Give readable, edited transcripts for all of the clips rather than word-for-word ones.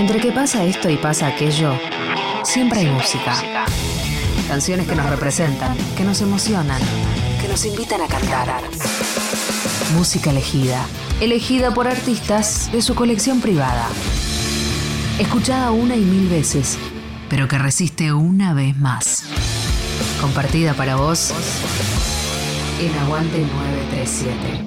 Entre que pasa esto y pasa aquello, siempre hay música. Canciones que nos representan, que nos emocionan, que nos invitan a cantar. Música elegida por artistas de su colección privada. Escuchada una y mil veces, pero que resiste una vez más. Compartida para vos en Aguante 937.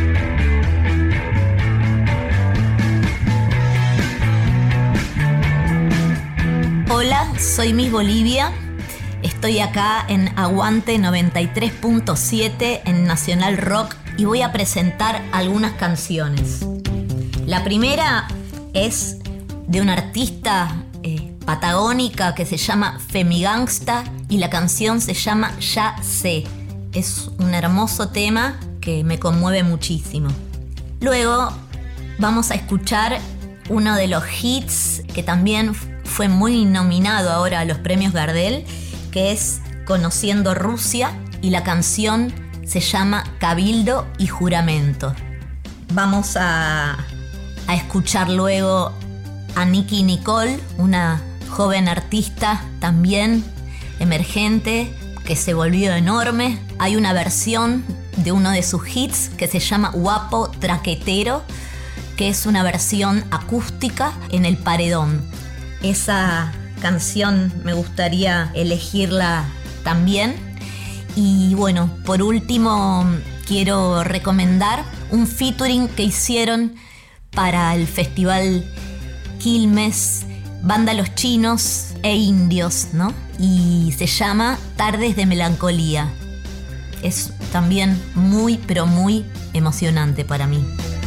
Hola, soy Miss Bolivia. Estoy acá en Aguante 93.7 en Nacional Rock y voy a presentar algunas canciones. La primera es de una artista patagónica que se llama Femigangsta y la canción se llama Ya Sé. Es un hermoso tema que me conmueve muchísimo. Luego vamos a escuchar uno de los hits que también fue muy nominado ahora a los premios Gardel, que es Conociendo Rusia, y la canción se llama Cabildo y Juramento. Vamos a escuchar luego a Nicki Nicole, una joven artista también emergente que se volvió enorme. Hay una versión de uno de sus hits que se llama Guapo Traquetero, que es una versión acústica en el paredón. Esa canción me gustaría elegirla también. Y bueno, por último quiero recomendar un featuring que hicieron para el festival Quilmes, banda Los Chinos e Indios, ¿no? Y se llama Tardes de Melancolía. Es también muy, pero muy emocionante para mí.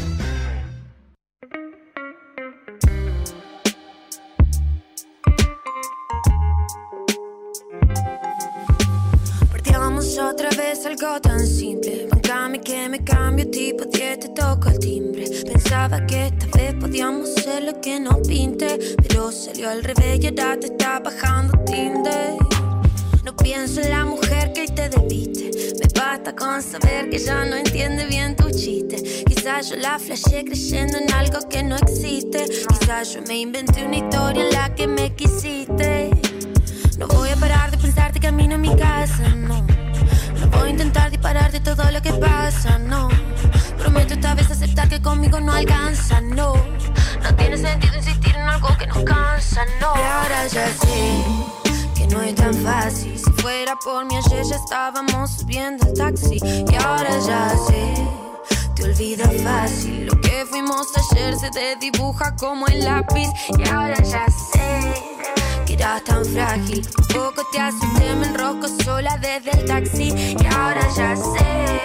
Otra vez algo tan simple. Bancame que me cambio tipo 10, te toco el timbre. Pensaba que esta vez podíamos ser lo que nos pinte, pero salió al revés y ahora te está bajando Tinder. No pienso en la mujer que hoy te debiste. Me basta con saber que ya no entiende bien tu chiste. Quizás yo la flasheé creyendo en algo que no existe. Quizás yo me inventé una historia en la que me quisiste. No voy a parar de pensarte camino a mi casa, no. No voy a intentar dispararte todo lo que pasa, no. Prometo esta vez aceptar que conmigo no alcanza, no. No tiene sentido insistir en algo que nos cansa, no. Y ahora ya sé que no es tan fácil. Si fuera por mí ayer ya estábamos subiendo el taxi. Y ahora ya sé, te olvidas fácil. Lo que fuimos ayer se te dibuja como el lápiz. Y ahora ya sé que eras tan frágil. Un poco te asusté, me enrosco sola desde el taxi. Y ahora ya sé.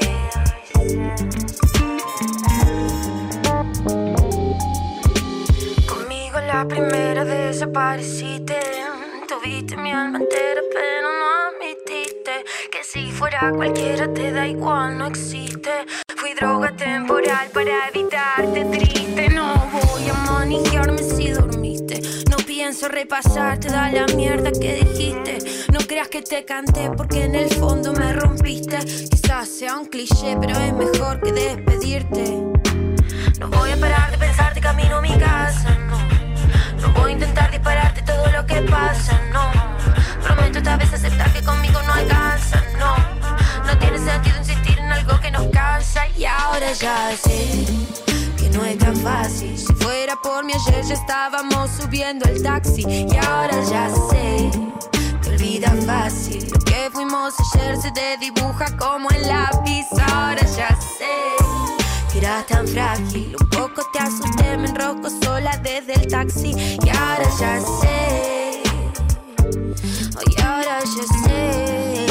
Conmigo la primera desapareciste. Tuviste mi alma entera pero no admitiste que si fuera cualquiera te da igual, no existe. Fui droga temporal para evitarte triste. No voy a manejarme si dormiste. No pienso repasarte, da la mierda que dijiste. No creas que te canté porque en el fondo me rompiste. Quizás sea un cliché, pero es mejor que despedirte. No voy a parar de pensarte camino a mi casa, no. No voy a intentar dispararte todo lo que pasa, no. Prometo esta vez aceptar que conmigo no alcanza, no. No tiene sentido insistir en algo que nos cansa. Y ahora ya sé que no es tan fácil. Si fuera por mí ayer ya estábamos subiendo el taxi. Y ahora ya sé, te olvidas fácil. Lo que fuimos ayer se te dibuja como el lápiz. Ahora ya sé que eras tan frágil. Un poco te asusté, me enrosco sola desde el taxi. Y ahora ya sé, y ahora ya sé.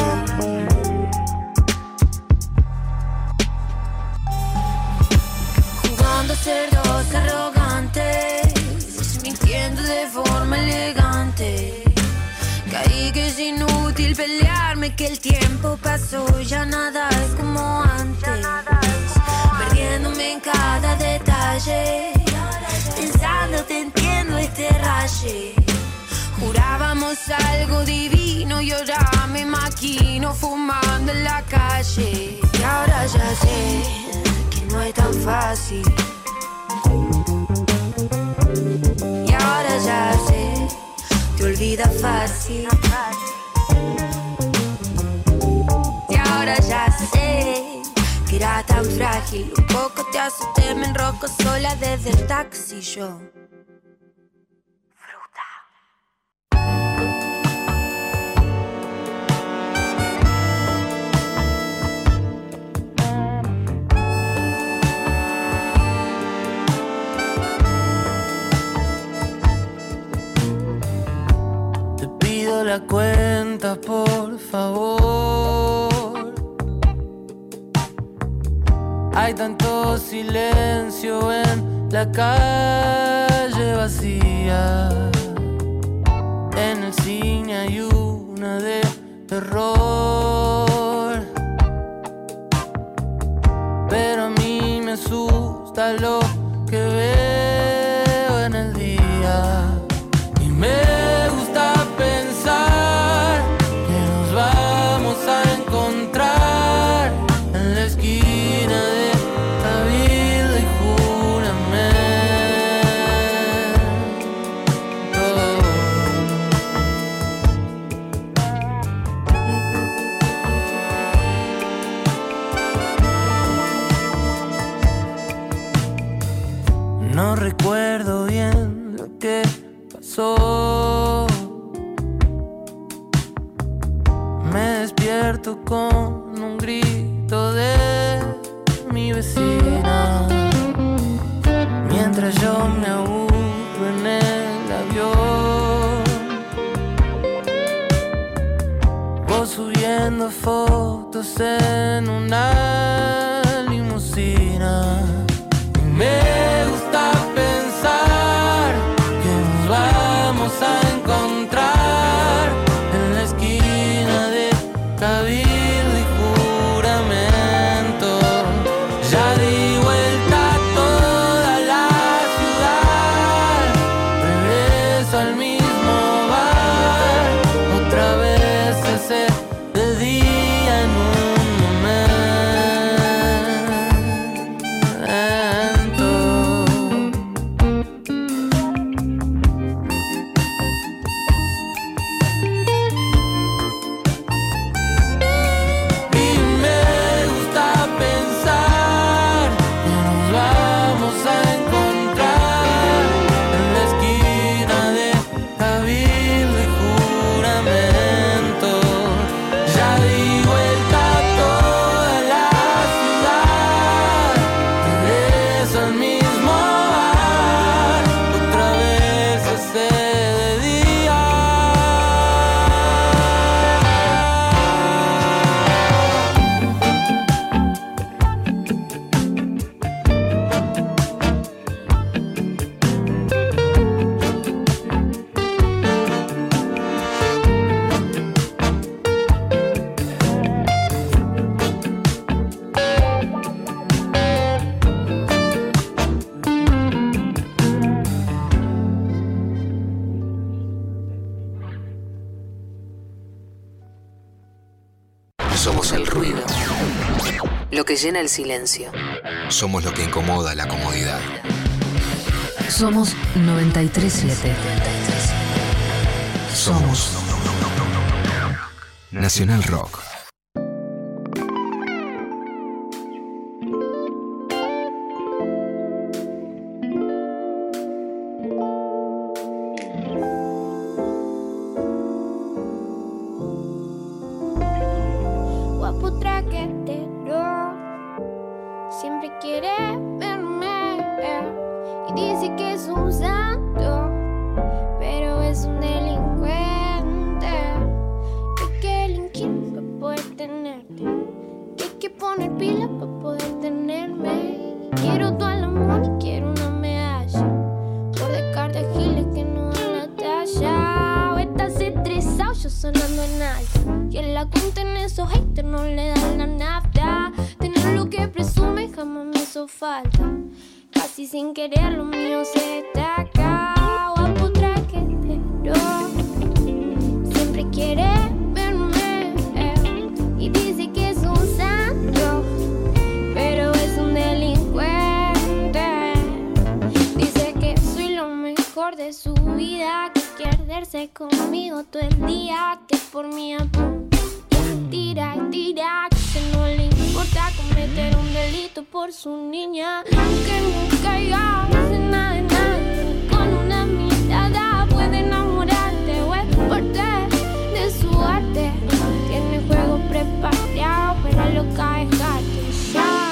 Jugando a ser dos arrogantes, mintiendo de forma elegante. Caí que es inútil pelearme, que el tiempo pasó, ya nada es como antes. Perdiéndome en cada detalle, pensando te entiendo este raye. Jurábamos algo divino y ahora me maquino fumando en la calle. Y ahora ya sé que no es tan fácil. Y ahora fácil. Y ahora ya sé que era tan frágil. Un poco te asusté, me enroco sola desde el taxi yo. La cuenta, por favor. Hay tanto silencio en la calle vacía. En el cine hay una de terror, pero a mí me asusta lo que veo en el día. Y me gusta pensar que nos vamos a encontrar en la esquina de Cabildo y Juramento. No recuerdo bien lo que pasó. Me despierto con un grito de mi vecina, mientras yo me aburro en el avión. Vos subiendo fotos en una limusina. Y me gusta pensar que nos vamos a encontrar en la esquina de Cabildo y Juramento. Ya di vuelta a toda la ciudad, regreso al mismo bar, otra vez ese de día en un Somos el ruido, lo que llena el silencio. Somos lo que incomoda la comodidad. Somos 93.7. Somos Nacional Rock. Siempre quiere verme y dice que es un santo, pero es un delincuente. Que hay que delinquir para poder tenerte, que hay que poner pilas para poder tenerme. Quiero todo el amor y quiero una medalla por dejar de giles que no dan la talla. O estás estresado, yo sonando en alto, y en la cuenta en esos haters no le dan la nafta. Tener lo que presume jamás me hizo falta. Casi sin querer lo mío se destaca. Guapo traquetero, siempre quiere verme y dice que es un santo, pero es un delincuente. Dice que soy lo mejor mejor de su vida, que quererse conmigo todo el día, que por mí apunta, tira y tira, que no le importa cometer un delito por su niña, que nunca haya nada de nadie, con una mirada puede enamorarte o es parte de su arte, tiene juego preparado, pero loca es gato ya.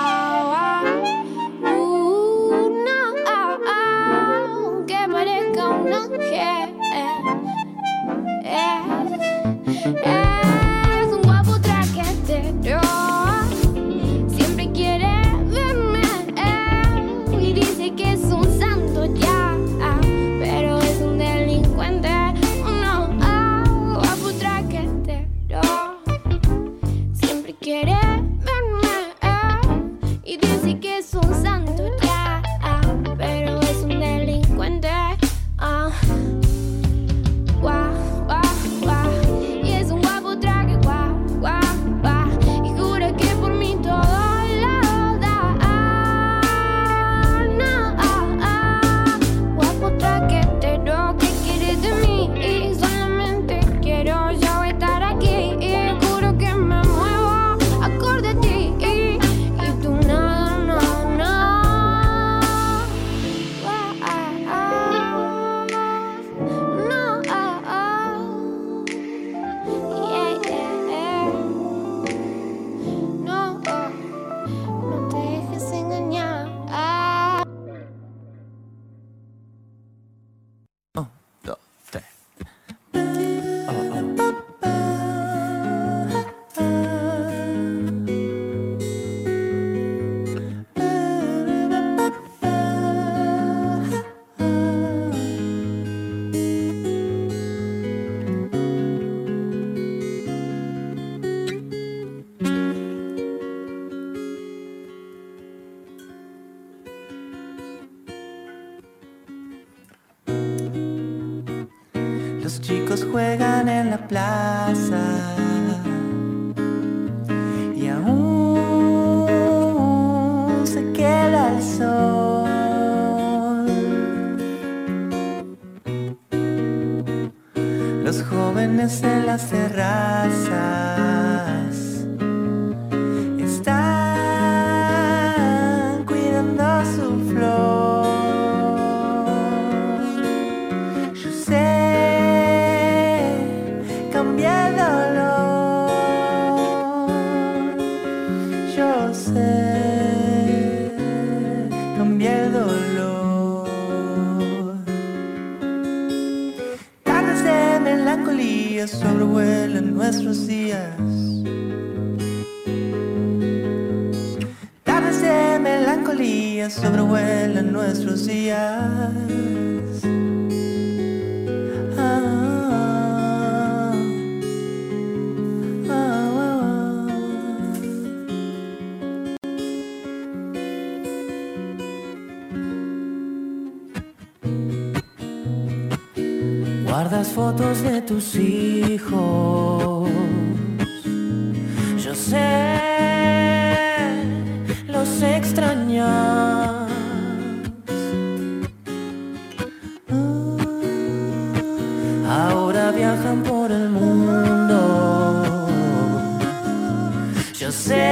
Que parezca un ángel, es un guapo traquetero, siempre quiere verme, y dice que es un santo ya, pero es un delincuente, no, guapo traquetero, siempre quiere verme, y dice que es un santo ya, pero es un delincuente, guau, guau, guau, y es un guapo traque, guau, guau, guau, y jura que por mí todo lo da, no, guapo traquetero, ¿qué quieres de mí? Y solamente quiero yo estar aquí, y juro que me muevo acorde a ti, y tú nada, no, no. No te dejes engañar. Dos, tres. Los chicos juegan en la plaza y aún se queda el sol. Los jóvenes en las terrazas están cuidando su flor. Yo sé, cambia el dolor. Yo sé, cambia el dolor. Tardes de melancolía sobrevuelan nuestros días. Tardes de melancolía sobrevuelan nuestros días. Guardas fotos de tus hijos. Yo sé, los extrañas. Ahora viajan por el mundo. Yo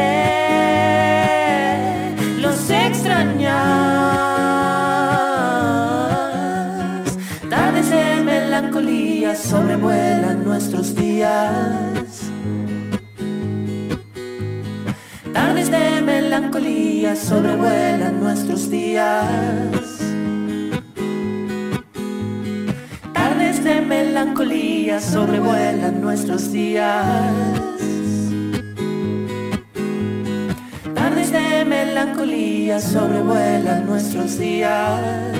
sé, los extrañas. Tardes de melancolía sobrevuelan nuestros días. Tardes de melancolía sobrevuelan nuestros días. Tardes de melancolía sobrevuelan nuestros días. Tardes de melancolía sobrevuelan nuestros días.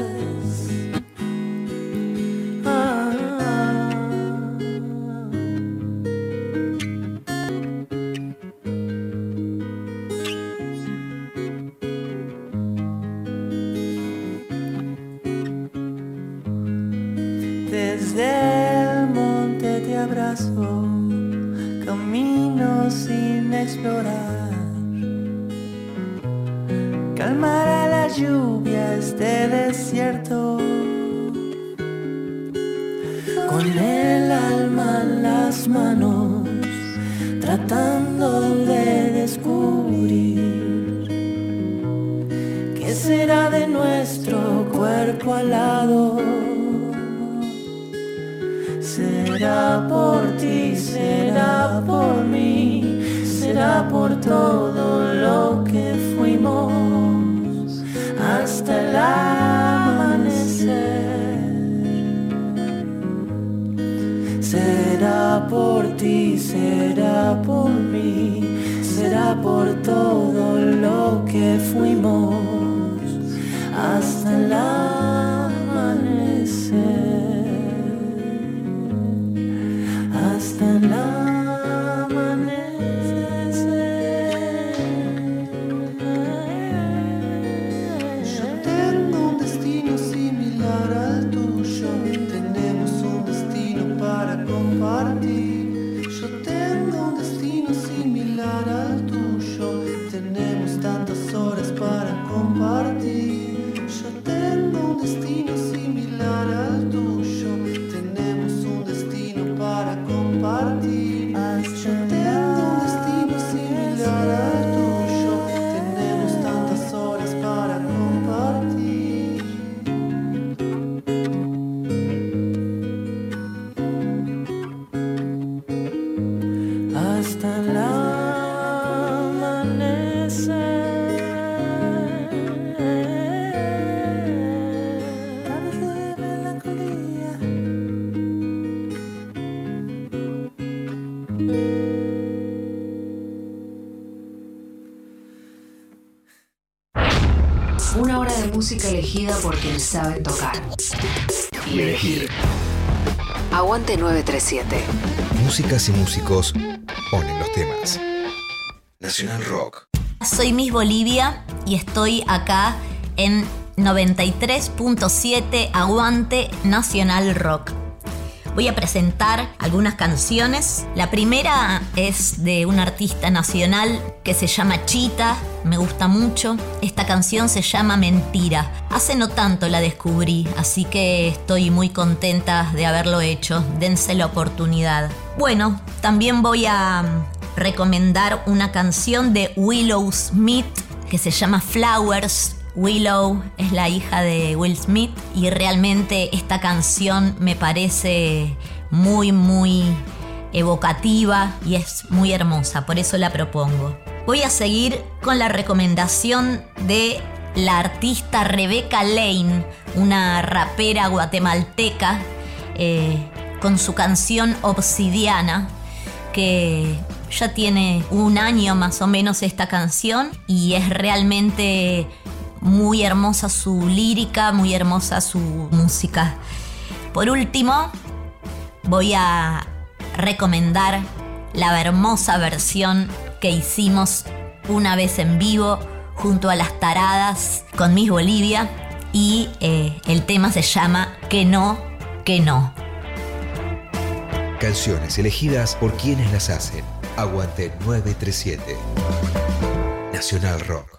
Desde el monte te abrazo, camino sin explorar. Calmará la lluvia este desierto. con el alma en las manos, tratando de descubrir qué será de nuestro cuerpo alado. Será por ti, será por mí, será por todo lo que fuimos hasta el amanecer. Será por ti, será por mí, será por todo lo que fuimos hasta el amanecer. Hasta el amanecer. Yo tengo un destino similar al tuyo. Tenemos un destino para compartir. Yo tengo un destino similar al tuyo. Tenemos tantas horas para compartir. Yo tengo un destino similar al tuyo. Tenemos un destino para compartir. Yo tengo un destino similar al tuyo. Tenemos tantas horas para compartir. Hasta el amanecer. Tardes de melancolía. Una hora de música elegida por quienes saben tocar y elegir. Aguante 937. Músicas y músicos ponen los temas. Nacional Rock. Soy Miss Bolivia y estoy acá en 93.7 Aguante Nacional Rock. Voy a presentar algunas canciones. La primera es de un artista nacional que se llama Chita, me gusta mucho. Esta canción se llama Mentira. Hace no tanto la descubrí, así que estoy muy contenta de haberlo hecho. Dense la oportunidad. Bueno, también voy a recomendar una canción de Willow Smith que se llama Flowers. Willow es la hija de Will Smith y realmente esta canción me parece muy, muy evocativa y es muy hermosa, por eso la propongo. Voy a seguir con la recomendación de la artista Rebeca Lane, una rapera guatemalteca, con su canción Obsidiana, que ya tiene un año más o menos esta canción y es realmente muy hermosa su lírica, muy hermosa su música. Por último, voy a recomendar la hermosa versión que hicimos una vez en vivo junto a Las Taradas con Miss Bolivia y el tema se llama Que no, que no. Canciones elegidas por quienes las hacen. Aguante 937. Nacional Rock.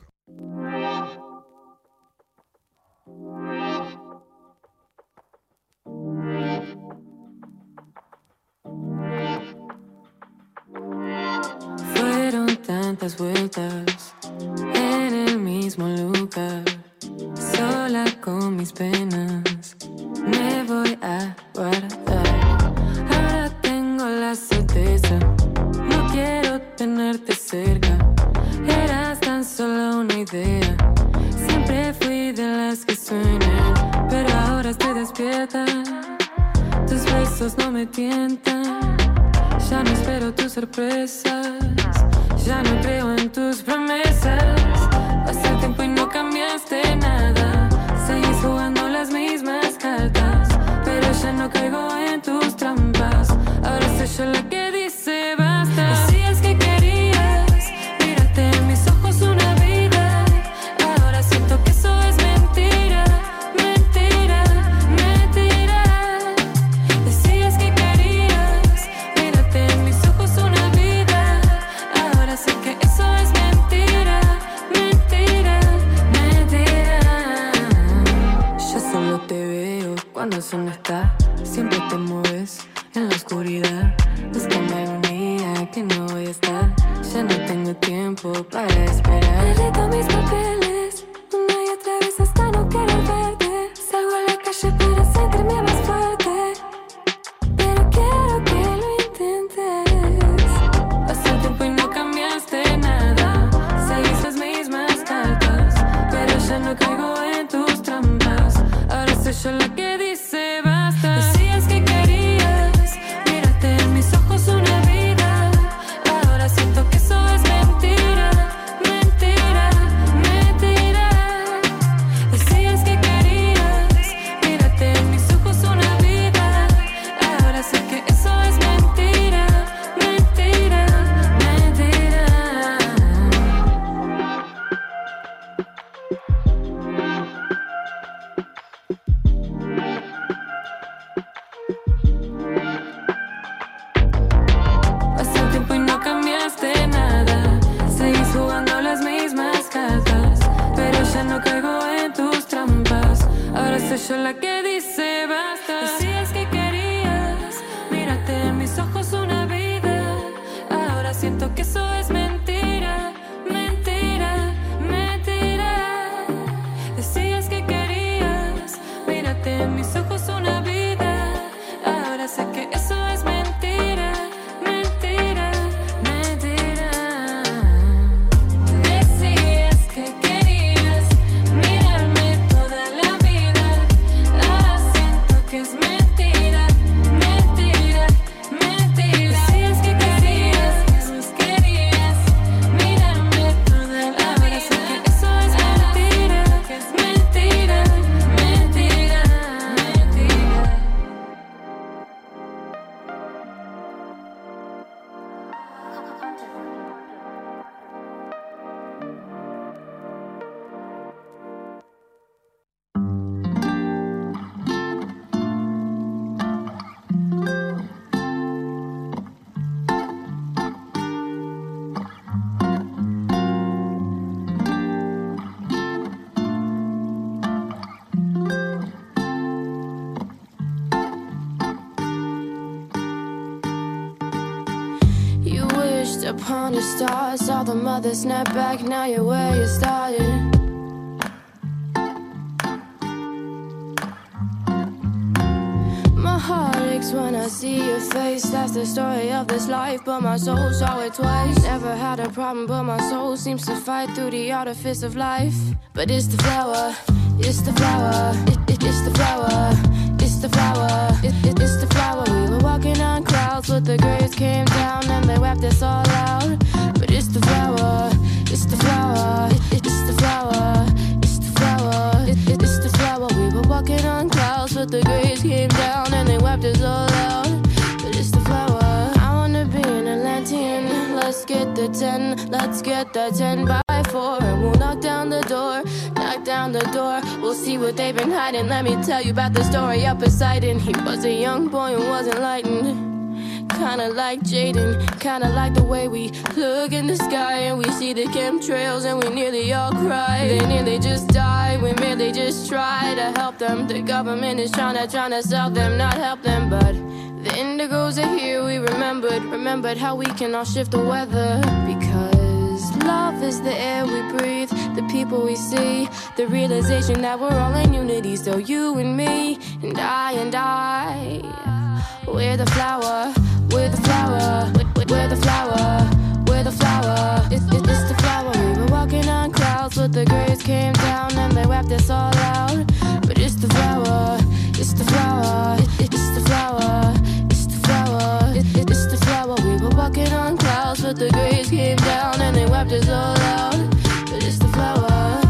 Tantas vueltas en el mismo lugar, sola con mis penas, me voy a guardar. Ahora tengo la certeza, no quiero tenerte cerca. Eras tan solo una idea, siempre fui de las que sueñan, pero ahora estoy despierta. Tus besos no me tientan, ya no espero tus sorpresas. Ya no creo en tus promesas. Pasa el tiempo y no cambiaste nada. Seguís jugando las mismas cartas, pero ya no caigo en tus trampas. Ahora soy yo la que dice basta. Decías que querías mirarte en mis ojos una vida. Ahora siento que eso es mentira. Mentira, mentira. Decías que querías mirarte en mis ojos una vida. Ahora sé que eso es mentira, mentira, mentira. Ya solo te veo cuando el sol no está, siempre te mueves en la oscuridad. Búscame algún día que no voy a estar. Ya no tengo tiempo para esperar. Derrito mis papeles una y otra vez hasta no querer verte. Salgo a la calle para sentirme más fuerte, pero quiero que lo intentes. Hace tiempo y no cambiaste nada. Seguís las mismas cartas, pero ya no caigo en tus trampas. Ahora soy yo la que dice basta. Decías que querías, mírate en mis ojos una vida. Ahora siento que eso es mentira, mentira, mentira. Decías que querías, mírate en mis ojos una vida. Ahora sé que eso es mentira, mentira, mentira. Hace tiempo y no cambiaste nada. Seguís jugando las mismas cartas, pero ya no caigo en tus trampas. Ahora soy yo la que dice basta. Decías que querías, mírate en mis ojos una vida. Ahora siento que eso es mentira, mentira, mentira. Decías que querías, mírate en mis ojos una vida. Ahora sé que eso es mentira, mentira, mentira. Decías que querías mirarme toda la vida. Ahora siento que es mentira, mentira, mentira. Decías que querías mirarme toda la vida. Ahora sé que eso es mentira, que es mentira, mentira, mentira. You wished upon a star, saw the mother snap back, now you're where you started. My heart aches when I see your face. That's the story of this life, but my soul saw it twice. Never had a problem, but my soul seems to fight through the artifice of life. But it's the flower, it's the flower, it's the flower, it's the flower, it's the flower. We were walking on clouds, but the grace came down and they wiped us all out. But it's the flower, it's the flower, it's the flower, it's the flower, it's the flower. We were walking on clouds, but the grace came down and they wiped us all out. But it's the flower. I wanna be an Atlantean. Let's get the 10, let's get the 10 by 4, and we'll knock down the door, knock down the door. We'll see what they've been hiding. Let me tell you about the story of Poseidon. He was a young boy and was enlightened. Kinda like Jaden, kinda like the way we look in the sky and we see the chemtrails and we nearly all cry. They nearly just die, we merely just try to help them. The government is trying to sell them, not help them. But the indigos are here, we remembered how we can all shift the weather. Because love is the air we breathe, the people we see, the realization that we're all in unity. So you and me, and I, we're the flower, we're the flower, we're the flower, we're the flower. It's the flower. We were walking on clouds, but the grace came down and they wiped us all out. But it's the flower, it's the flower, it's the flower, it's the flower, it's the flower. We were walking on clouds, but the grace came down and they wiped us all out. But it's the flower.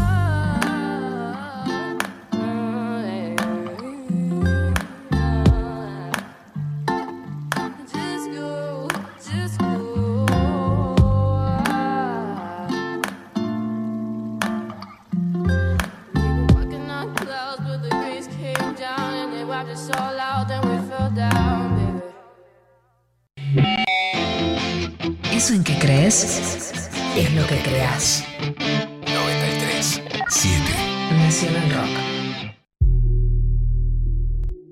Eso en que crees es lo que creas. 93.7 Nacional Rock.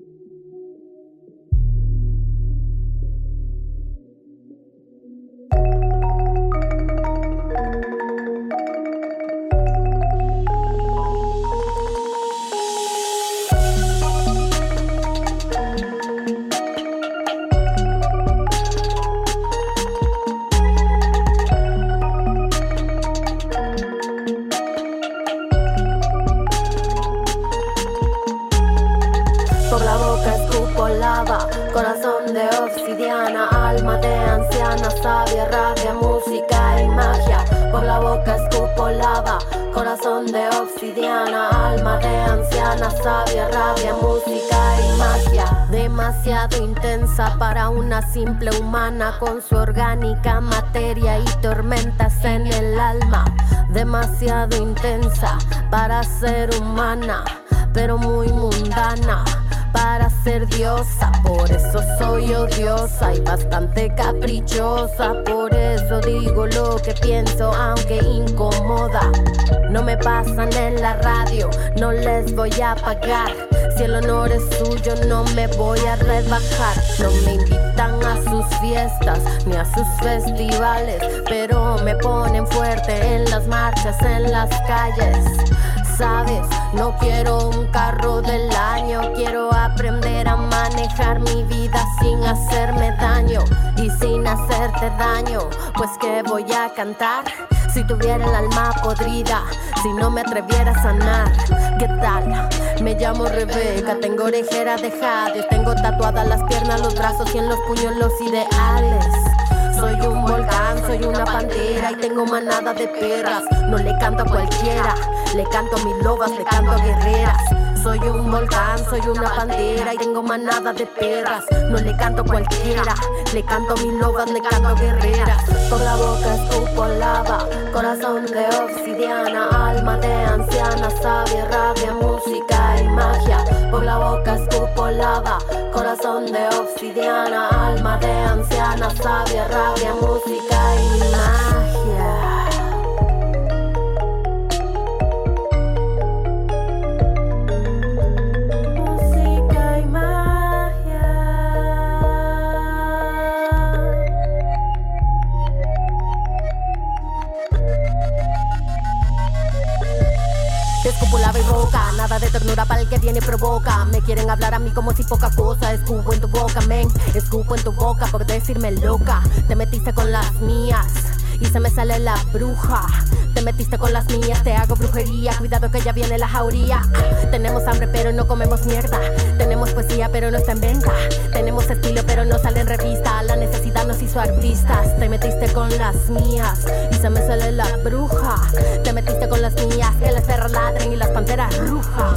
Por la boca escupo lava, corazón de obsidiana, alma de anciana, sabia, rabia, música y magia. Por la boca escupo lava, corazón de obsidiana, alma de anciana, sabia, rabia, música y magia. Demasiado intensa para una simple humana, con su orgánica materia y tormentas en el alma. Demasiado intensa para ser humana, pero muy mundana para ser diosa. Por eso soy odiosa y bastante caprichosa. Por eso digo lo que pienso aunque incomoda. No me pasan en la radio, no les voy a pagar. Si el honor es suyo no me voy a rebajar. No me invitan a sus fiestas ni a sus festivales, pero me ponen fuerte en las marchas, en las calles. Sabes, no quiero un carro del año, quiero aprender a manejar mi vida sin hacerme daño y sin hacerte daño. Pues que voy a cantar si tuviera el alma podrida, si no me atreviera a sanar. ¿Qué tal? Me llamo Rebeca, tengo orejera de jade, tengo tatuadas las piernas, los brazos y en los puños los ideales. Soy un volcán, soy una pantera y tengo manada de perras. No le canto a cualquiera, le canto a mis lobas, le canto a guerreras. Soy un volcán, soy una pantera y tengo manada de perras. No le canto a cualquiera, le canto a mis lobas, le canto a guerreras. Por la boca escupo lava, corazón de obsidiana, alma de anciana, sabia, rabia, música y magia. Por la boca escupo lava, corazón de obsidiana, alma de anciana, sabia, rabia, música y magia. Escupo lava y roca, nada de ternura para el que viene y provoca. Me quieren hablar a mí como si poca cosa. Escupo en tu boca, men, escupo en tu boca por decirme loca. Te metiste con las mías y se me sale la bruja. Te metiste con las mías, te hago brujería. Cuidado que ya viene la jauría. Tenemos hambre pero no comemos mierda. Tenemos poesía pero no está en venta. Tenemos estilo pero no sale en revista. La necesidad nos hizo artistas. Te metiste con las mías y se me sale la bruja. Te metiste con las mías, que las perras ladren y las panteras rujan.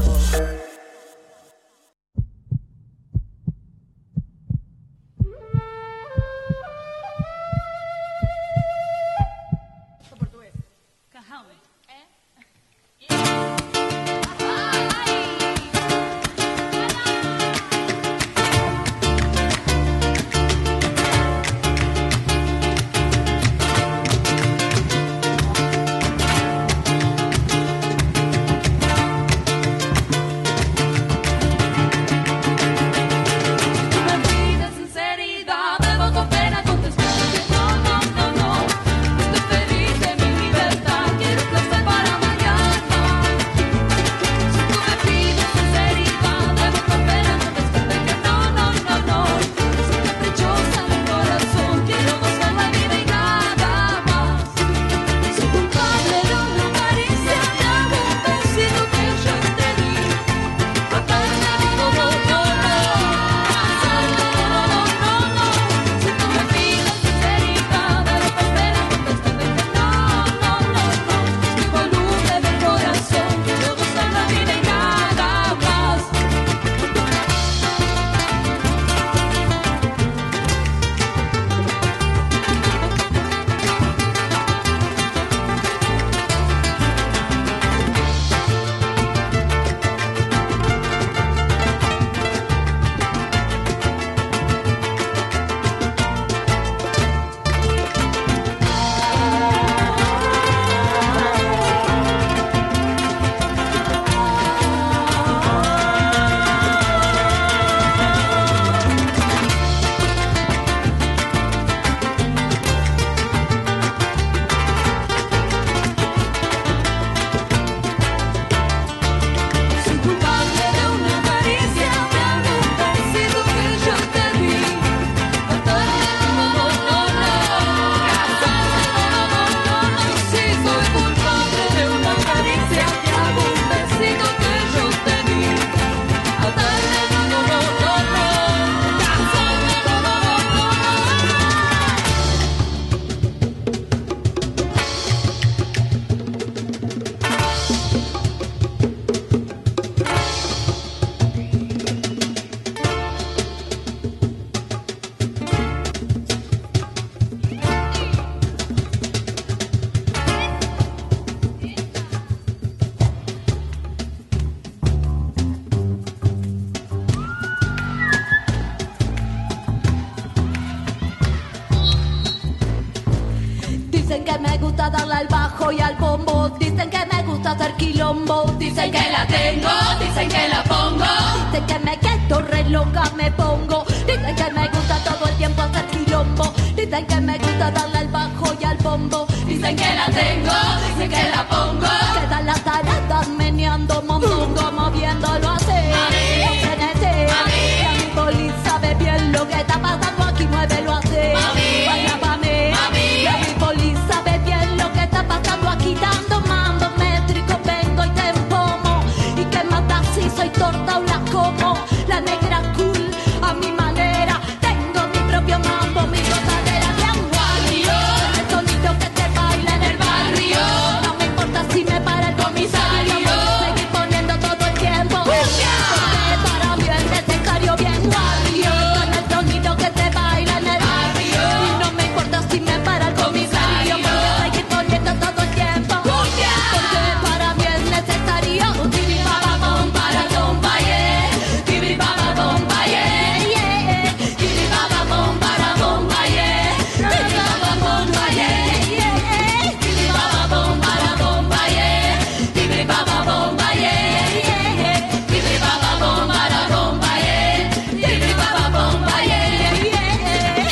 gusta darle al bajo y al bombo. Dicen que me gusta hacer quilombo. Dicen que la tengo, dicen que la pongo. Dicen que me quedo re loca, me pongo. Dicen que me gusta todo el tiempo hacer quilombo. Dicen que me gusta darle al bajo y al bombo. Dicen que la tengo, dicen que la pongo. Quedan las taradas meneando mondongo, moviéndolo así. Y a mi poli sabe bien lo que está pasando aquí, muévelo así. Baila pa' mí. Y a mi poli sabe bien lo que está pasando aquí, dando mando métrico, vengo y te empomo. Y que mata si soy torta o la como. La negra cool, a mi manera. Tengo mi propio mambo, mi gozadera bien guarrio. El sonido que te baila en el barrio. No me importa si me para el comisario. Seguir poniendo todo el tiempo. Porque para mí es necesario bien guarrio. Con el sonido que te baila en el barrio. Y no me importa si me para el comisario. Porque seguir poniendo todo el tiempo. Porque para mí es necesario. Tibiri baba bom para bomba, yeah. Tibiri baba bomba, yeah, yeah. Tibiri baba bom para bomba, yeah. Tibiri baba bomba, yeah, yeah. Tibiri baba bom para bomba, yeah. Tibiri baba bomba, yeah, yeah. Tibiri baba bom para bomba, yeah. Tibiri baba bomba, yeah, yeah.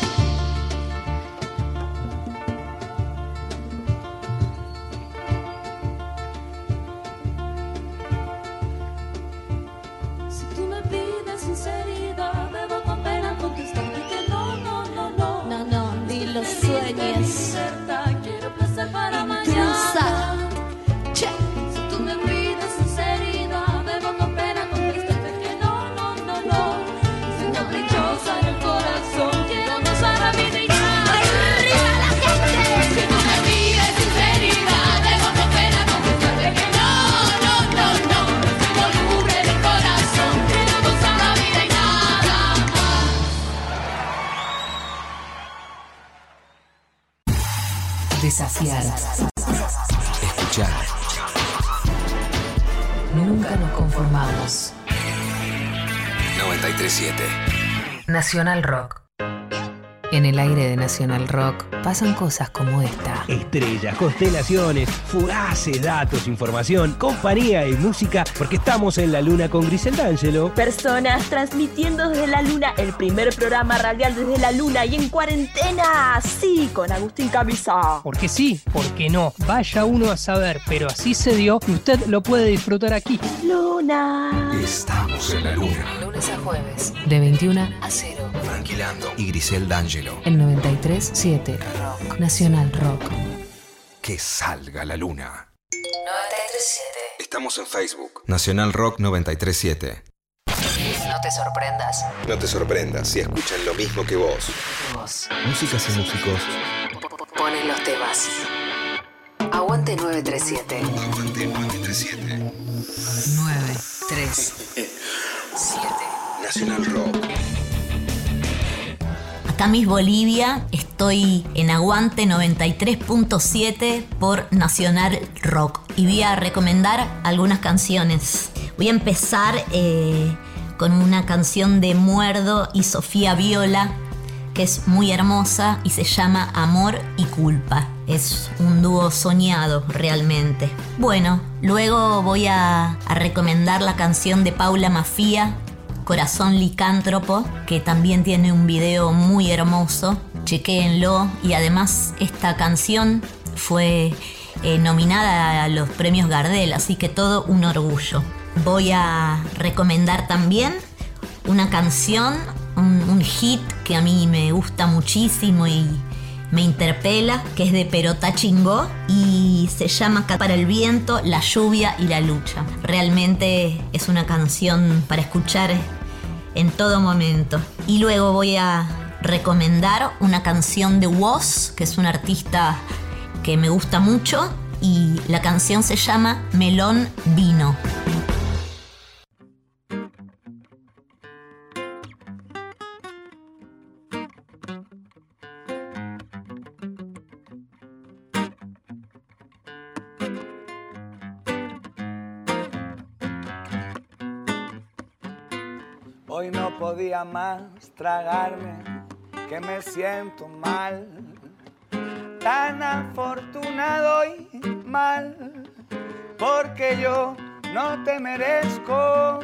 Si tú me pides sinceridad, debo con pena contestarte que no, no, no, no. No, no, ni lo sueñes. Quiero placer para Intrusa. mañana. Che. Si tú me pides sinceridad, debo con pena contestarte que no, no, no, no. Soy caprichosa en el corazón, quiero gozar la vida y nada. ¡Arriba la gente! Si tú me pides sinceridad, debo con pena contestarte que no, no, no, no. Soy voluble del corazón, quiero gozar la vida y nada más. Desafiar. Escuchar. Nunca nos conformamos. 93.7. Nacional Rock. En el aire de Nacional Rock pasan cosas como esta. Estrellas, constelaciones, fugaces datos, información, compañía y música, porque estamos en la luna con Grisel D'Angelo. Personas transmitiendo desde la luna, el primer programa radial desde la luna y en cuarentena, sí, con Agustín Camisa. Porque sí, porque no, vaya uno a saber, pero así se dio y usted lo puede disfrutar aquí. Luna. Estamos en la luna. Lunes a jueves, de 21 a 0. Tranquilando y Grisel D'Angelo. En 93.7 Rock. Nacional Rock. Que salga la luna. 93.7. Estamos en Facebook. Nacional Rock 93.7. No te sorprendas. No te sorprendas si escuchan lo mismo que vos. Músicas y músicos. Ponen los temas. Aguante 937. Aguante 937. 937. Nacional Rock. Acá Miss Bolivia, estoy en Aguante 93.7 por Nacional Rock y voy a recomendar algunas canciones. Voy a empezar con una canción de Muerdo y Sofía Viola, que es muy hermosa y se llama Amor y Culpa. Es un dúo soñado realmente. Bueno, luego voy a recomendar la canción de Paula Mafia, Corazón Licántropo, que también tiene un video muy hermoso. Chequéenlo. Y además esta canción fue nominada a los premios Gardel, así que todo un orgullo. Voy a recomendar también una canción, un hit que a mí me gusta muchísimo y me interpela, que es de Perotá Chingó y se llama Para el viento, la lluvia y la lucha. Realmente es una canción para escuchar en todo momento. Y luego voy a recomendar una canción de Woz, que es un artista que me gusta mucho, y la canción se llama Melón Vino. Hoy no podía más tragarme, que me siento mal. tan afortunado y mal, porque yo no te merezco.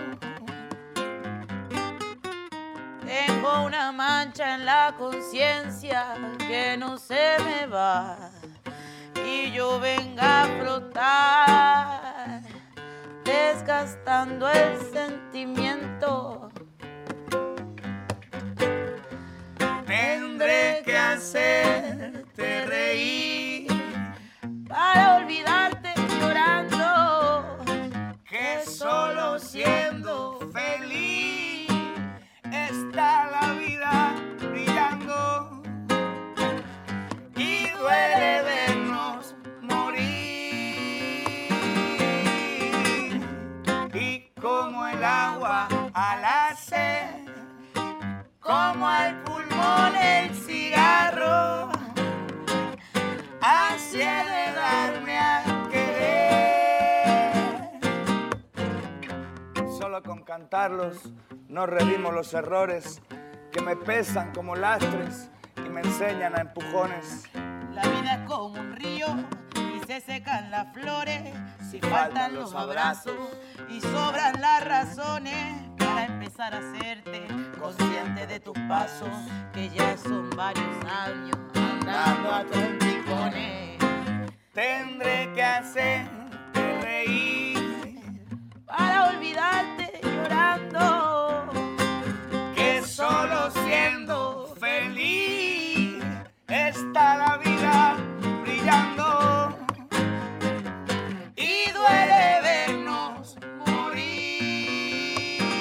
Tengo una mancha en la conciencia que no se me va y yo venga a flotar, desgastando el sentimiento. Tendré que hacerte reír para olvidarte llorando, que solo siendo feliz está la vida brillando y duele vernos morir. Y como el agua a la sed, como al pulmón el cigarro, así he de darme a querer. Solo con cantarlos no redimo los errores que me pesan como lastres y me enseñan a empujones. La vida es como un río y se secan las flores si faltan los abrazos y sobran las razones para empezar a hacerte consciente de tus pasos, que ya son varios años andando a trompicones. Tendré que hacerte reír para olvidarte llorando, que solo siendo feliz está la vida brillando y duele vernos morir.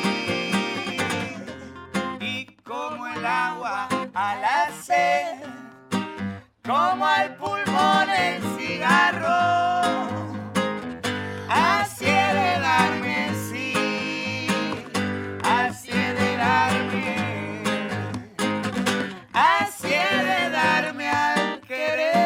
Y como el agua a la sed, como al pulmón el cigarro, así he de darme, sí, así he de darme, así he de darme al querer.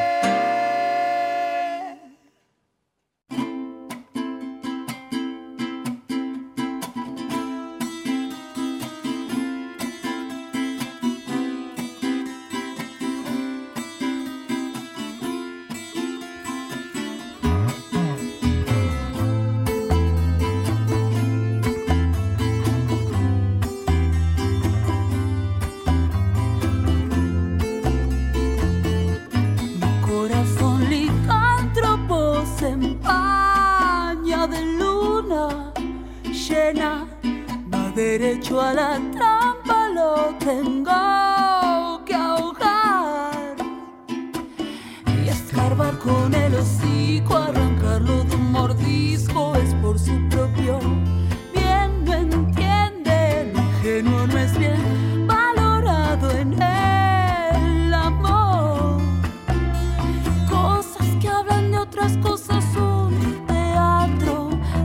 Derecho a la trampa lo tengo que ahogar y escarbar con el hocico, arrancarlo de un mordisco, es por su propio bien, no entiende, lo ingenuo no es bien valorado en el amor, cosas que hablan de otras cosas, un teatro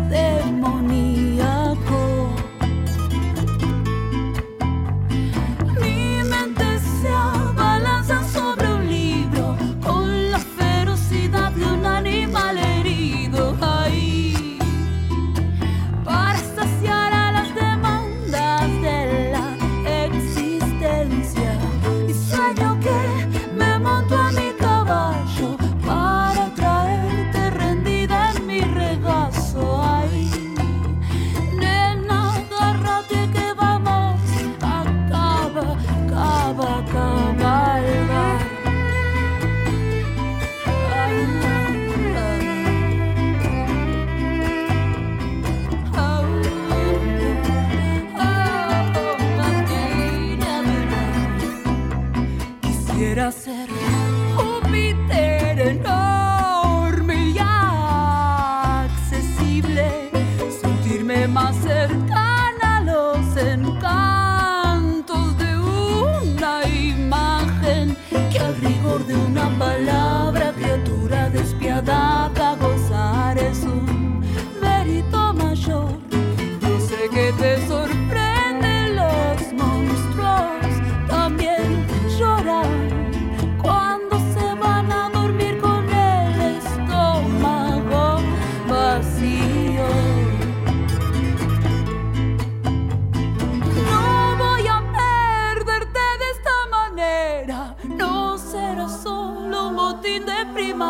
demoníaco. Sobre un libro con la ferocidad de un animal herido ahí para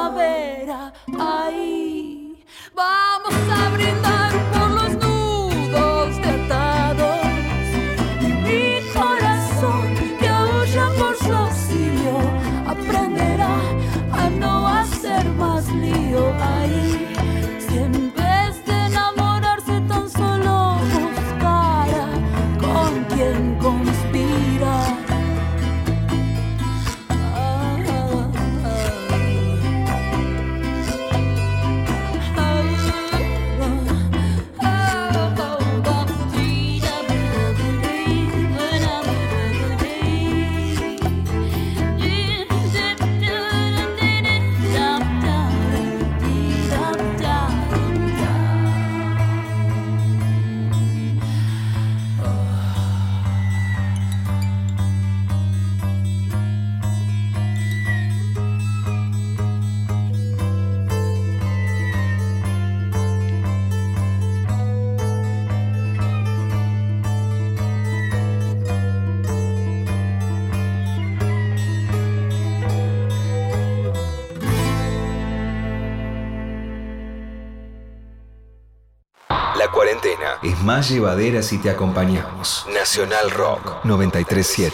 primavera. Ahí vamos a brindar por los nudos de atados. Y mi corazón que aúlla por su auxilio aprenderá a no hacer más lío. Ahí, si en vez de enamorarse tan solo buscara con quien conspira. La cuarentena es más llevadera si te acompañamos. Nacional Rock 93.7.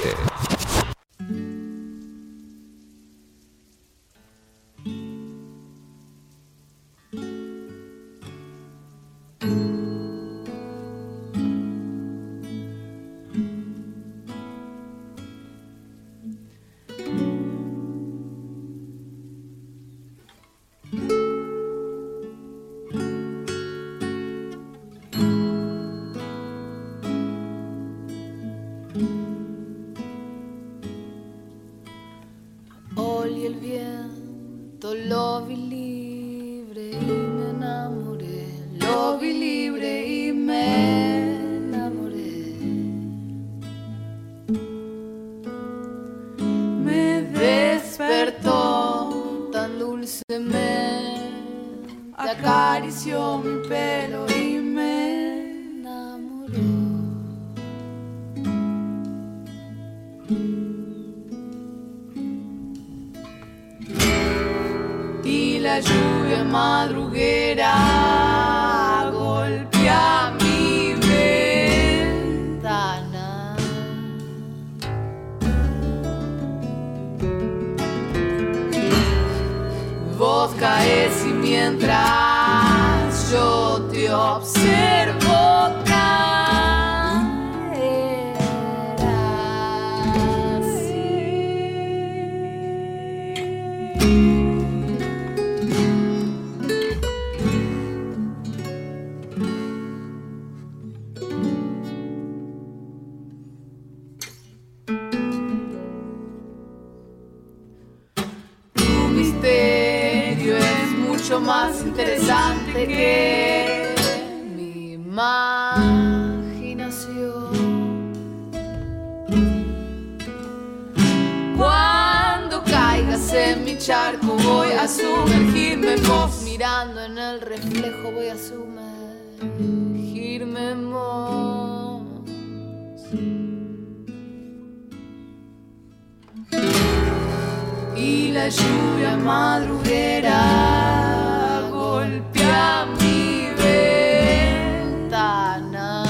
Olí el viento, lo vi libre y me enamoré. Lo vi libre y me enamoré. Me despertó tan dulcemente, acarició mi pelo y me enamoró. Y la lluvia madruguera golpea mi ventana. Vos caes y mientras yo te observo más interesante que mi imaginación. Cuando caigas en mi charco voy a sumergirme en vos. Mirando en el reflejo voy a sumergirme en vos. Y la lluvia madruguera golpea mi ventana.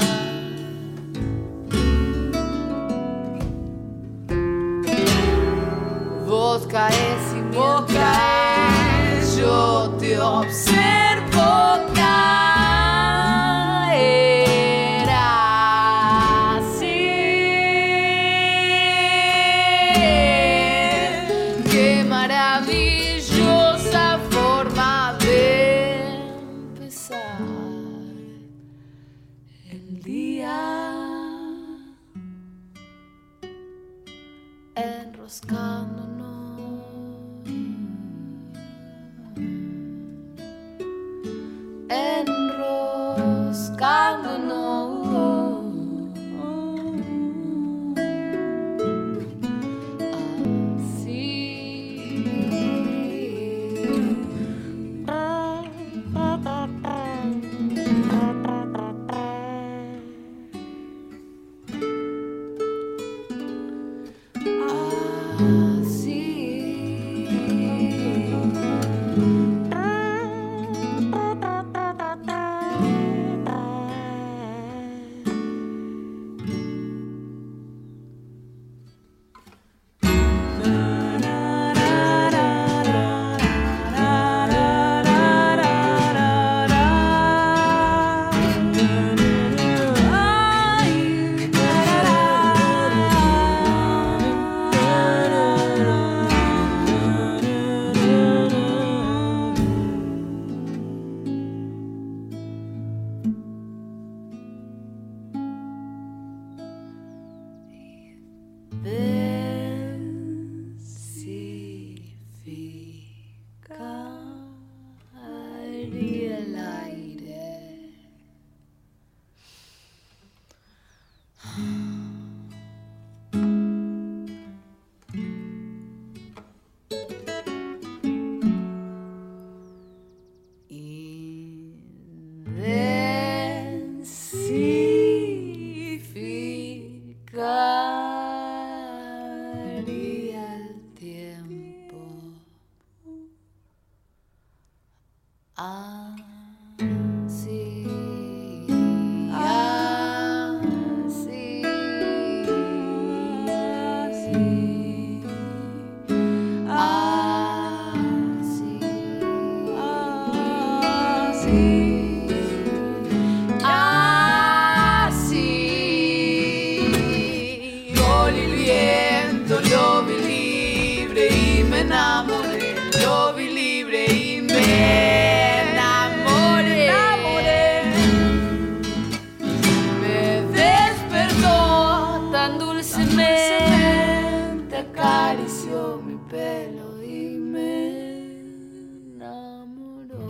Vos caes y mientras yo te observo caer así. Qué maravillosa forma de empezar el día, enroscándonos, así. Densificaría el tiempo. Gol el viento, lo vi libre y me enamoré. Lo vi libre y me enamoré. Me despertó tan dulcemente, acarició mi pelo y me enamoró.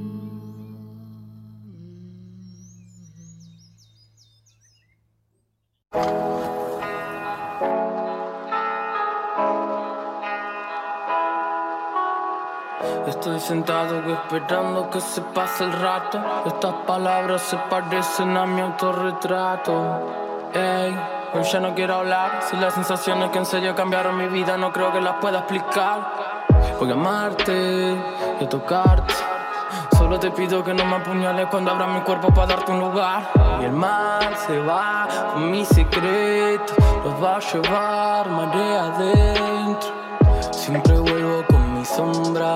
Estoy sentado esperando que se pase el rato. Estas palabras se parecen a mi autorretrato. Ey, hoy ya no quiero hablar. Si las sensaciones que en serio cambiaron mi vida no creo que las pueda explicar. Voy a amarte y a tocarte. Solo te pido que no me apuñales cuando abra mi cuerpo para darte un lugar. Y el mar se va con mi secreto, los va a llevar marea adentro. Siempre vuelvo con mi sombra,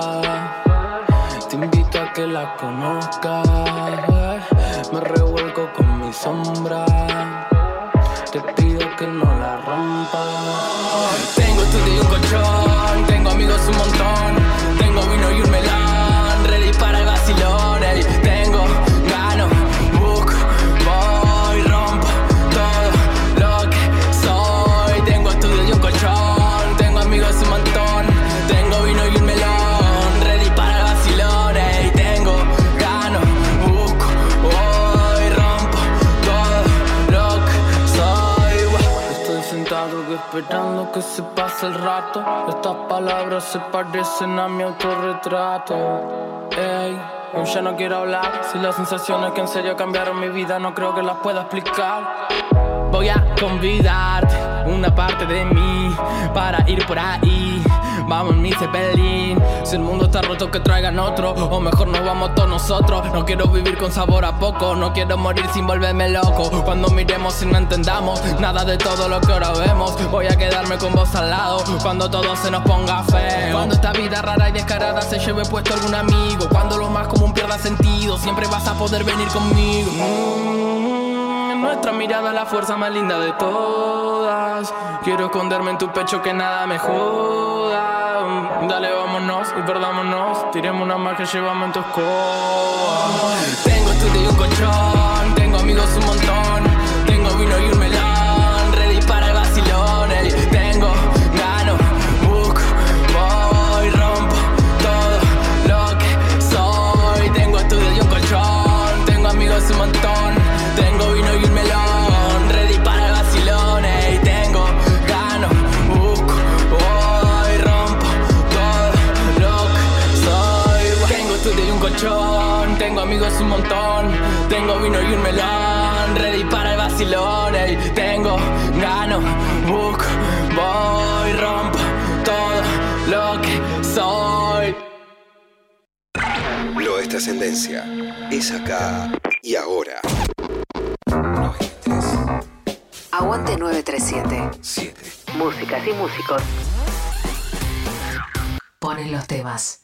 te invito a que la conozcas. Me revuelco con mi sombra, te pido que no la rompas. Tengo estudio y un colchón, tengo amigos un montón, tengo vino y un melón, ready para el vacilón. Ey, tengo, gano, busco, voy, rompo todo lo que soy. Tengo estudio y un colchón, tengo amigos un montón, tengo vino y un melón, ready para el vacilón. Ey, tengo, gano, busco, voy, rompo todo lo que soy. Estoy sentado esperando que se pase el rato. Estas palabras se parecen a mi autorretrato. Ey, hoy ya no quiero hablar. Si las sensaciones que en serio cambiaron mi vida no creo que las pueda explicar. Voy a convidarte una parte de mí para ir por ahí. Vamos en mi Zeppelin. Si el mundo está roto que traigan otro, o mejor nos vamos todos nosotros. No quiero vivir con sabor a poco, no quiero morir sin volverme loco. Cuando miremos y no entendamos nada de todo lo que ahora vemos, voy a quedarme con vos al lado cuando todo se nos ponga feo. Cuando esta vida rara y descarada se lleve puesto algún amigo, cuando lo más común pierda sentido, siempre vas a poder venir conmigo. Nuestra mirada es la fuerza más linda de todas. Quiero esconderme en tu pecho que nada me joda. Dale, vámonos y perdámonos. Tiremos una más que llevamos en tu escoba. Tengo estudio y un colchón, tengo amigos un montón, tengo vino y un melón, ready para el vacilón. Ey, tengo, gano, busco, voy, rompo todo lo que soy. Tengo estudio y un colchón, tengo amigos un montón, tengo vino y un melón, ready para el vacilón. Ey, tengo, gano, busco, voy, rompo todo lo que soy. Tengo estudio y un colchón, tengo amigos un montón, tengo vino y un melón, ready para el vacilón. Ey, tengo, gano, busco, voy, rompo todo lo que soy. Lo es trascendencia. Es acá y ahora. Aguante 937. 7. Músicas y músicos ponen los temas.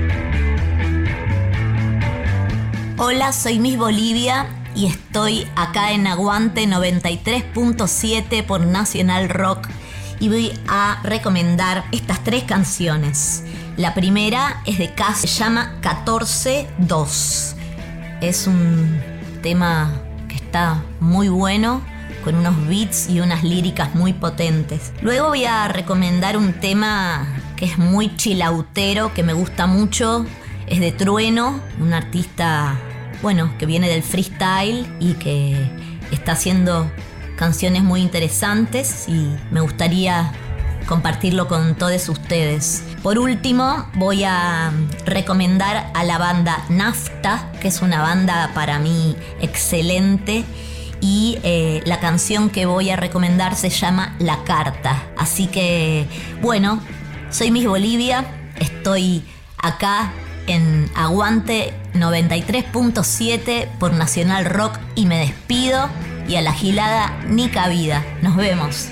Hola, soy Miss Bolivia y estoy acá en Aguante 93.7 por Nacional Rock y voy a recomendar estas 3 canciones. La primera es de Cas, se llama 14-2. Es un tema que está muy bueno, con unos beats y unas líricas muy potentes. Luego voy a recomendar un tema que es muy chilautero, que me gusta mucho. Es de Trueno, un artista, bueno, que viene del freestyle y que está haciendo canciones muy interesantes y me gustaría compartirlo con todos ustedes. Por último, voy a recomendar a la banda Nafta, que es una banda para mí excelente, y la canción que voy a recomendar se llama La Carta. Así que, bueno, soy Miss Bolivia, estoy acá en Aguante 93.7 por Nacional Rock y me despido, y a la gilada ni cabida. Nos vemos.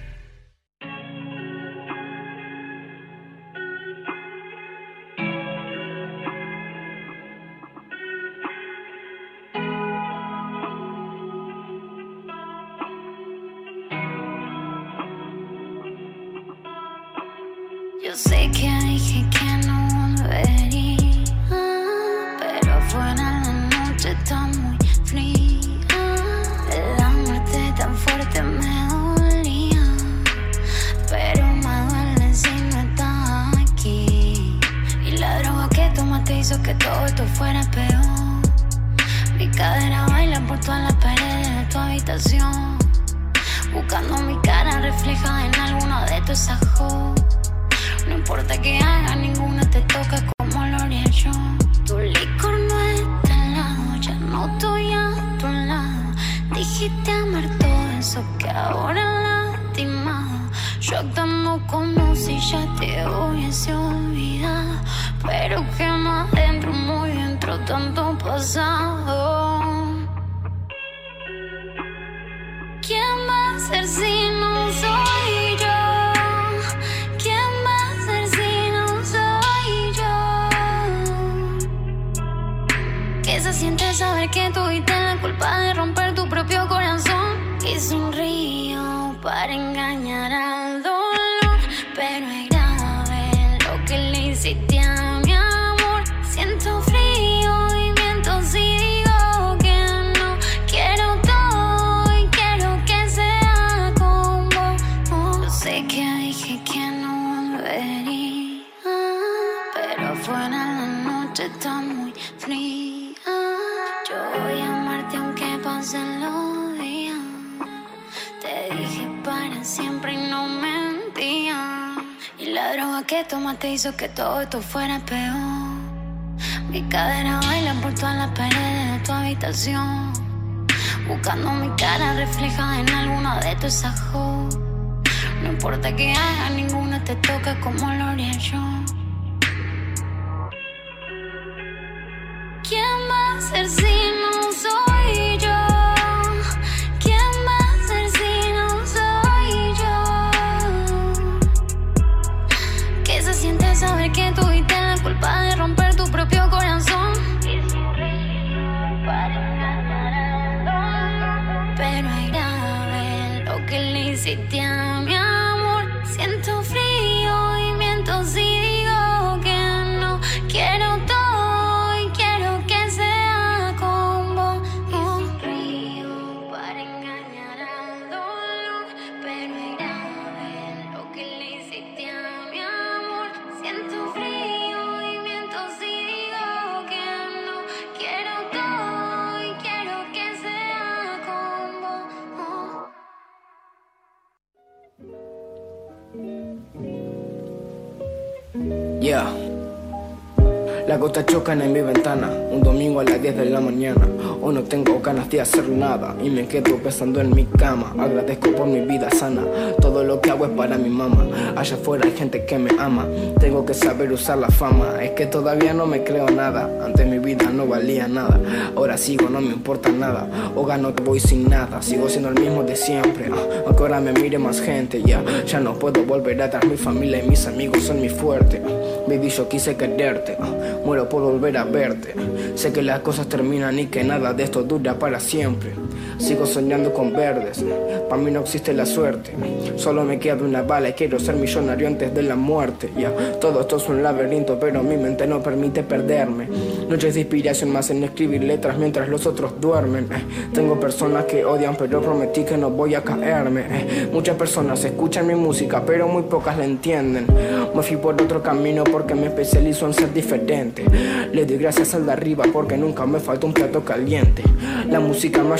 Yo sé que dije que no volvería, pero afuera la noche está muy fría. La muerte tan fuerte me dolía, pero me duele si no estás aquí. Y la droga que tomaste hizo que todo esto fuera peor. Mi cadera baila por todas las paredes de tu habitación, buscando mi cara reflejada en alguno de tus ojos. No importa que haga, ninguna te toca como lo haría yo. Tu licor no está al lado, ya no estoy a tu lado. Dijiste amar todo eso que ahora lastimado. Yo actuando como si ya te hubiese olvidado, pero que más dentro, muy dentro, tanto pasado. ¿Quién va a ser si no soy yo? ¿Qué se siente saber que tuviste la culpa de romper tu propio corazón? Y sonrío para engañar al dolor, pero es grave lo que le hiciste a mi amor. Siento frío y miento si digo que no. Quiero todo y quiero que sea con vos. Yo sé que dije que no volvería, pero afuera la noche está muy fría. Yo voy a amarte aunque pasen los días. Te dije para siempre y no mentía. Y la droga que tomaste hizo que todo esto fuera peor. Mi cadera baila por todas las paredes de tu habitación, buscando mi cara reflejada en alguno de tus ojos. No importa que haga, ninguna te toca como lo haría yo. ¿Quién va a ser si no soy yo? ¿Quién va a ser si no soy yo? ¿Qué se siente saber que tuviste la culpa de romper tu propio corazón? Y sonrío para engañar al dolor, pero es grave lo que le hiciste a mi amor. Siento frío y miento si digo que no. Quiero todo. Yeah. Las gotas chocan en mi ventana, un domingo a las 10 de la mañana. Hoy no tengo ganas de hacer nada y me quedo pensando en mi cama. Agradezco por mi vida sana, todo lo que hago es para mi mamá. Allá afuera hay gente que me ama, tengo que saber usar la fama. Es que todavía no me creo nada, antes mi vida no valía nada. Ahora sigo, no me importa nada, o gano que voy sin nada. Sigo siendo el mismo de siempre, aunque ahora me mire más gente. Ya no puedo volver atrás, mi familia y mis amigos son mi fuerte. Baby, yo quise quererte, muero por volver a verte. Sé que las cosas terminan y que nada de esto dura para siempre. Sigo soñando con verdes, para mí no existe la suerte. Solo me queda una bala y quiero ser millonario antes de la muerte. Todo esto es un laberinto, pero mi mente no permite perderme. Noches de inspiración más en escribir letras mientras los otros duermen. Tengo personas que odian, pero prometí que no voy a caerme. Muchas personas escuchan mi música, pero muy pocas la entienden. Me fui por otro camino porque me especializo en ser diferente. Le doy gracias al de arriba porque nunca me faltó un plato caliente. La música me ayudaba a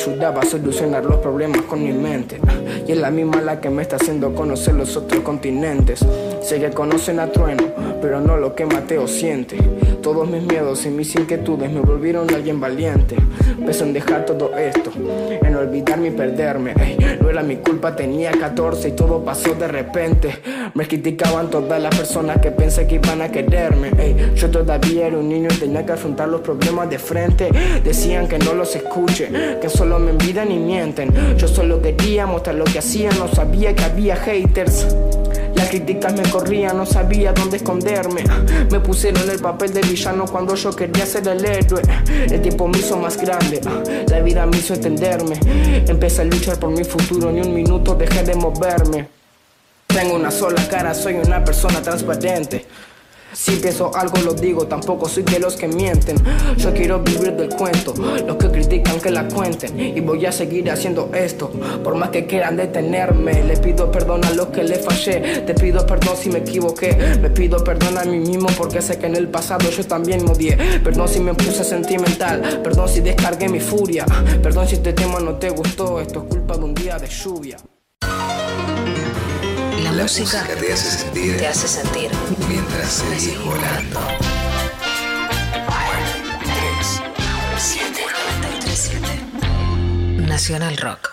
solucionar los problemas con mi mente. Y es la misma la que me está haciendo conocer los otros continentes. Sé que conocen a Trueno, pero no lo que Mateo siente. Todos mis miedos y mis inquietudes me volvieron alguien valiente. Empecé en dejar todo esto, en olvidarme y perderme. No era mi culpa, tenía 14 y todo pasó de repente. Me criticaban todas las personas que pensé que iban a quererme. Yo todavía era un niño y tenía que afrontar los problemas de frente. Decían que no los escuche, que solo me envidian y mienten. Yo solo quería mostrar lo que hacía, no sabía que había haters. Las críticas me corrían, no sabía dónde esconderme. Me pusieron el papel de villano cuando yo quería ser el héroe. El tiempo me hizo más grande, la vida me hizo entenderme. Empecé a luchar por mi futuro, ni un minuto dejé de moverme. Tengo una sola cara, soy una persona transparente. Si pienso algo lo digo, tampoco soy de los que mienten. Yo quiero vivir del cuento, los que critican que la cuenten. Y voy a seguir haciendo esto, por más que quieran detenerme. Le pido perdón a los que le fallé, te pido perdón si me equivoqué. Me pido perdón a mí mismo porque sé que en el pasado yo también me odié. Perdón si me puse sentimental, perdón si descargué mi furia. Perdón si este tema no te gustó, esto es culpa de un día de lluvia. La música te hace sentir mientras seguís volando. 937 Nacional Rock.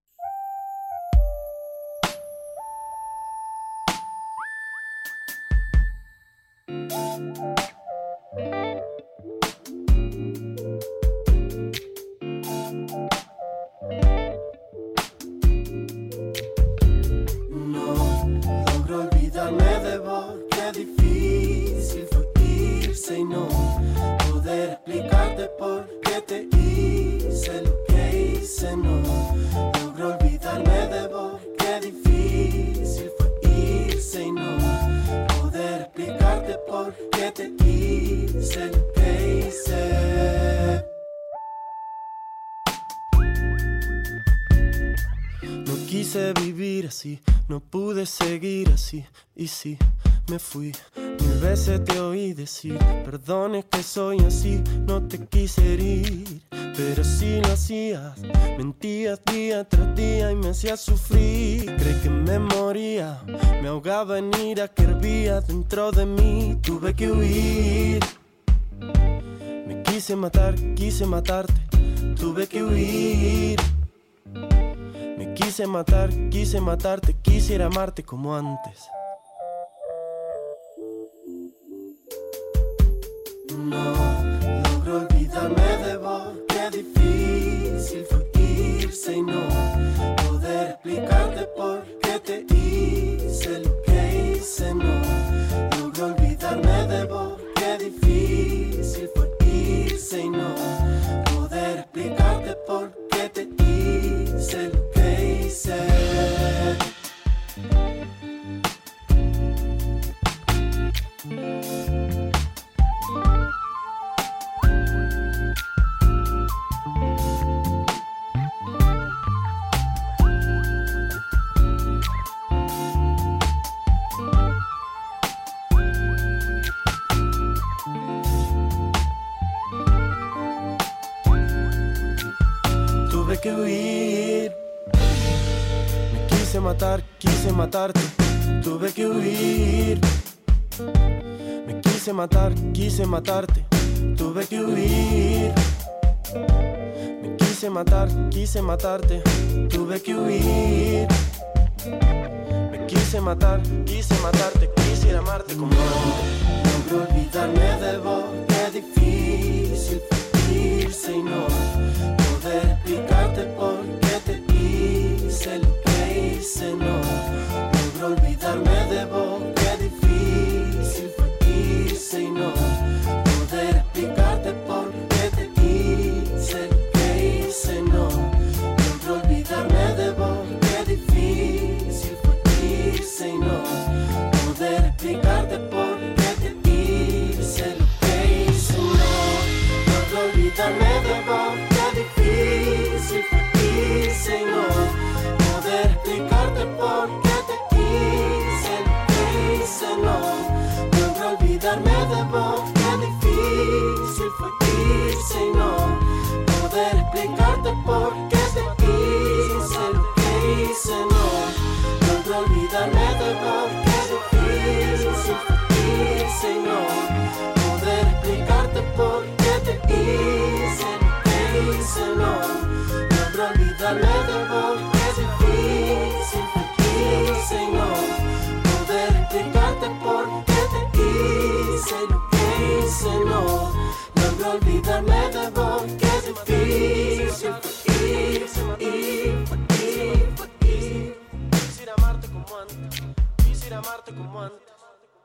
Y no poder explicarte por qué te hice lo que hice. No logro olvidarme de vos. Qué difícil fue irse y no poder explicarte por qué te hice lo que hice. No quise vivir así, no pude seguir así. Y sí, me fui. Mil veces te oí decir, perdón, es que soy así, no te quise herir, pero si lo hacías, mentías día tras día y me hacías sufrir. Creí que me moría, me ahogaba en ira que hervía dentro de mí, tuve que huir. Me quise matar, quise matarte, tuve que huir. Me quise matar, quise matarte, quisiera amarte como antes. No logro olvidarme de vos. Qué difícil fue irse y no poder explicarte por qué te hice lo que hice. No logro olvidarme de vos. Qué difícil fue irse y no poder explicarte por qué te hice lo que hice. Que huir. Me quise matar, quise matarte, tuve que huir. Me quise matar, quise matarte, tuve que huir. Me quise matar, quise matarte, tuve que huir. Me quise matar, quise matarte, quisiera amarte como no logro olvidarme de vos. Qué difícil fue irse y no poder explicarte por qué te hice lo que hice. No logro olvidarme de vos. Qué difícil fue irse y no poder explicarte por qué te hice lo que hice. No logro olvidarme de vos. Qué difícil fue irse y no poder explicarte por qué te hice lo que hice. No logro olvidarme de vos. Difícil fue irse y no poder explicarte por qué te hice lo que hice. No logro olvidarme de vos. Qué difícil fue irse y no poder explicarte por qué